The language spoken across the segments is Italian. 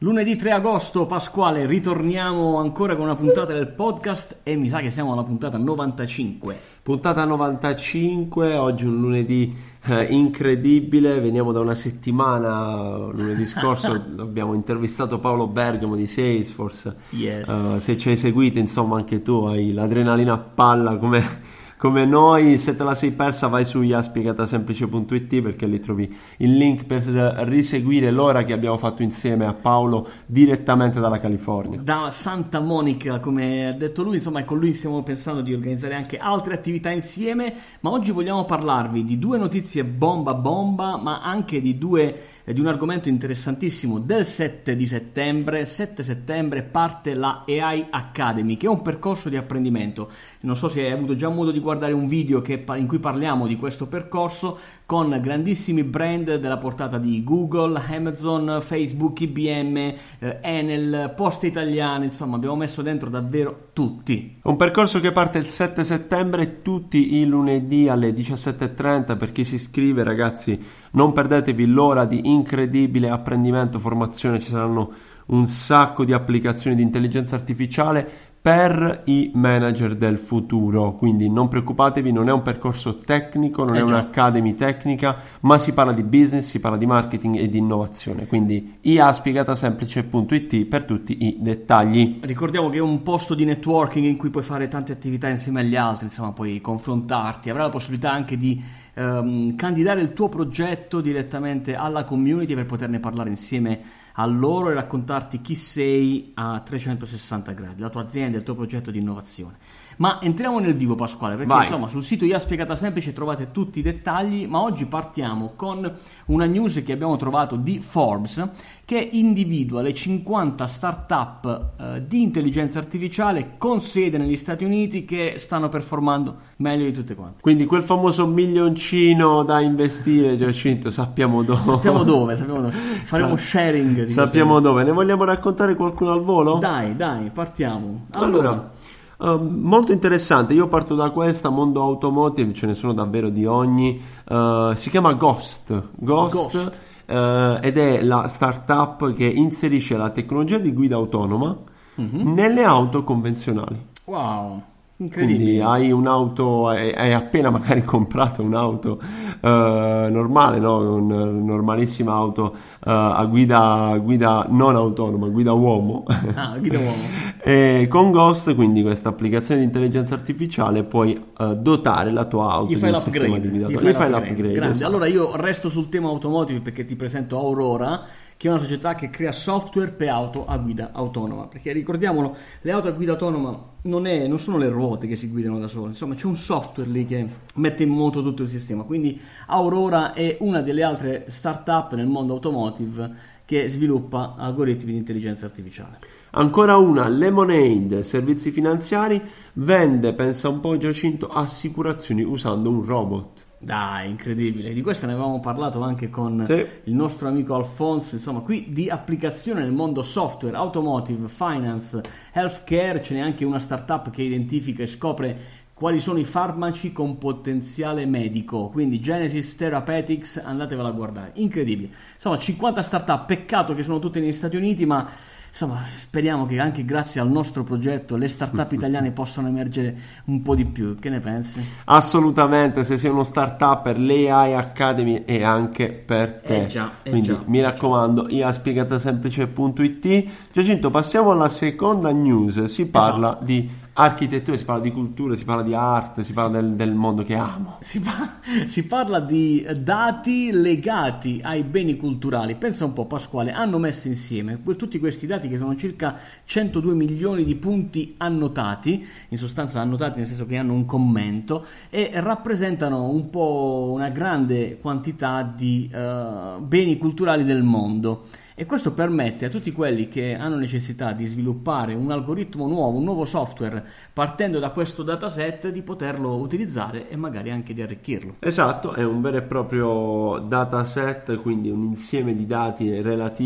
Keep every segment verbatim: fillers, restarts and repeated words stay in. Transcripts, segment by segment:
Lunedì tre agosto, Pasquale, ritorniamo ancora con una puntata del podcast e mi sa che siamo alla puntata novantacinque. Puntata novantacinque, oggi un lunedì eh, incredibile, veniamo da una settimana, lunedì scorso abbiamo intervistato Paolo Bergamo di Salesforce, Yes. uh, se ci hai seguito insomma anche tu hai l'adrenalina a palla come... Come noi, se te la sei persa vai su iaspiegatasemplice punto it perché lì trovi il link per riseguire l'ora che abbiamo fatto insieme a Paolo direttamente dalla California. Da Santa Monica, come ha detto lui, insomma, e con lui stiamo pensando di organizzare anche altre attività insieme, ma oggi vogliamo parlarvi di due notizie bomba bomba, ma anche di due di un argomento interessantissimo del sette di settembre. sette settembre parte la A I Academy, che è un percorso di apprendimento. Non so se hai avuto già modo di guardare un video che, in cui parliamo di questo percorso con grandissimi brand della portata di Google, Amazon, Facebook, I B M, eh, Enel, Poste Italiane, insomma abbiamo messo dentro davvero tutti. Un percorso che parte il sette settembre tutti i lunedì alle diciassette e trenta. Per chi si iscrive, ragazzi, non perdetevi l'ora di incredibile apprendimento, formazione, ci saranno un sacco di applicazioni di intelligenza artificiale per i manager del futuro, quindi non preoccupatevi, non è un percorso tecnico, non eh è già. un'academy tecnica, ma si parla di business, si parla di marketing e di innovazione, quindi iaspiegatasemplice punto it per tutti i dettagli. Ricordiamo che è un posto di networking in cui puoi fare tante attività insieme agli altri, insomma puoi confrontarti, avrai la possibilità anche di Um, candidare il tuo progetto direttamente alla community per poterne parlare insieme a loro e raccontarti chi sei a trecentosessanta gradi, la tua azienda, il tuo progetto di innovazione. Ma entriamo nel vivo, Pasquale, perché Vai. insomma sul sito Iaspiegata Semplice trovate tutti i dettagli, ma oggi partiamo con una news che abbiamo trovato di Forbes che individua le cinquanta startup eh, di intelligenza artificiale con sede negli Stati Uniti che stanno performando meglio di tutte quante. Quindi quel famoso milioncino da investire, Giacinto, sappiamo dove. Sappiamo dove, sappiamo dove. Faremo Sa- sharing. Sappiamo così. Dove. Ne vogliamo raccontare qualcuno al volo? Dai, dai, partiamo. Allora, allora uh, molto interessante. Io parto da questa, mondo automotive, ce ne sono davvero di ogni. Uh, si chiama Ghost. Ghost. Ghost. Uh, ed è la startup che inserisce la tecnologia di guida autonoma mm-hmm. nelle auto convenzionali. Wow. Quindi hai un'auto, hai, hai appena magari comprato un'auto uh, normale, no? Una normalissima auto uh, a guida, guida non autonoma, guida uomo. Ah, guida uomo. E con Ghost, quindi questa applicazione di intelligenza artificiale, puoi uh, dotare la tua auto gli di un sistema di guida autonoma. Gli fai l'upgrade. Grande. Esatto. Allora io resto sul tema automotive perché ti presento Aurora, che è una società che crea software per auto a guida autonoma, perché ricordiamolo, le auto a guida autonoma non, è, non sono le ruote che si guidano da sole, insomma c'è un software lì che mette in moto tutto il sistema, quindi Aurora è una delle altre start-up nel mondo automotive che sviluppa algoritmi di intelligenza artificiale. Ancora una, Lemonade, servizi finanziari, vende, pensa un po' Giacinto, assicurazioni usando un robot. Dai, incredibile, di questo ne avevamo parlato anche con sì. il nostro amico Alfonso, insomma qui di applicazione nel mondo software, automotive, finance, healthcare, ce n'è anche una startup che identifica e scopre quali sono i farmaci con potenziale medico, quindi Genesis Therapeutics, andatevela a guardare, incredibile, insomma cinquanta startup, peccato che sono tutte negli Stati Uniti, ma insomma speriamo che anche grazie al nostro progetto le startup italiane possano emergere un po' di più. Che ne pensi? Assolutamente, se sei uno startupper l'A I Academy è anche per te. Eh già, eh quindi già, mi eh raccomando, iaspiegatasemplice punto it. Giacinto, passiamo alla seconda news. Si parla esatto. di architettura, si parla di cultura, si parla di arte, si parla del, del mondo che amo. Si, pa- si parla di dati legati ai beni culturali. Pensa un po', Pasquale, hanno messo insieme tutti questi dati che sono circa centodue milioni di punti annotati, in sostanza annotati nel senso che hanno un commento, e rappresentano un po' una grande quantità di uh, beni culturali del mondo. E questo permette a tutti quelli che hanno necessità di sviluppare un algoritmo nuovo, un nuovo software, partendo da questo dataset, di poterlo utilizzare e magari anche di arricchirlo. Esatto, è un vero e proprio dataset, quindi un insieme di dati relativi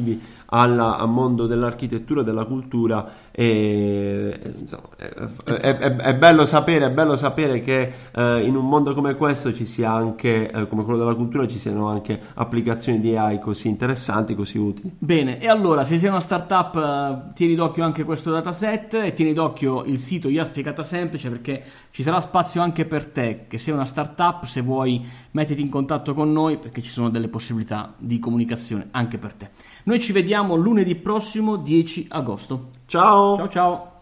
al, al mondo dell'architettura, della cultura e insomma, è, è, è, è bello sapere, è bello sapere che eh, in un mondo come questo ci sia anche, eh, come quello della cultura, ci siano anche applicazioni di A I così interessanti, così utili. Bene, e allora se sei una startup eh, tieni d'occhio anche questo dataset e tieni d'occhio il sito I A Spiegata Semplice, perché ci sarà spazio anche per te che sei una startup. Se vuoi mettiti in contatto con noi, perché ci sono delle possibilità di comunicazione anche per te. Noi ci vediamo lunedì prossimo dieci agosto. Ciao! Ciao ciao!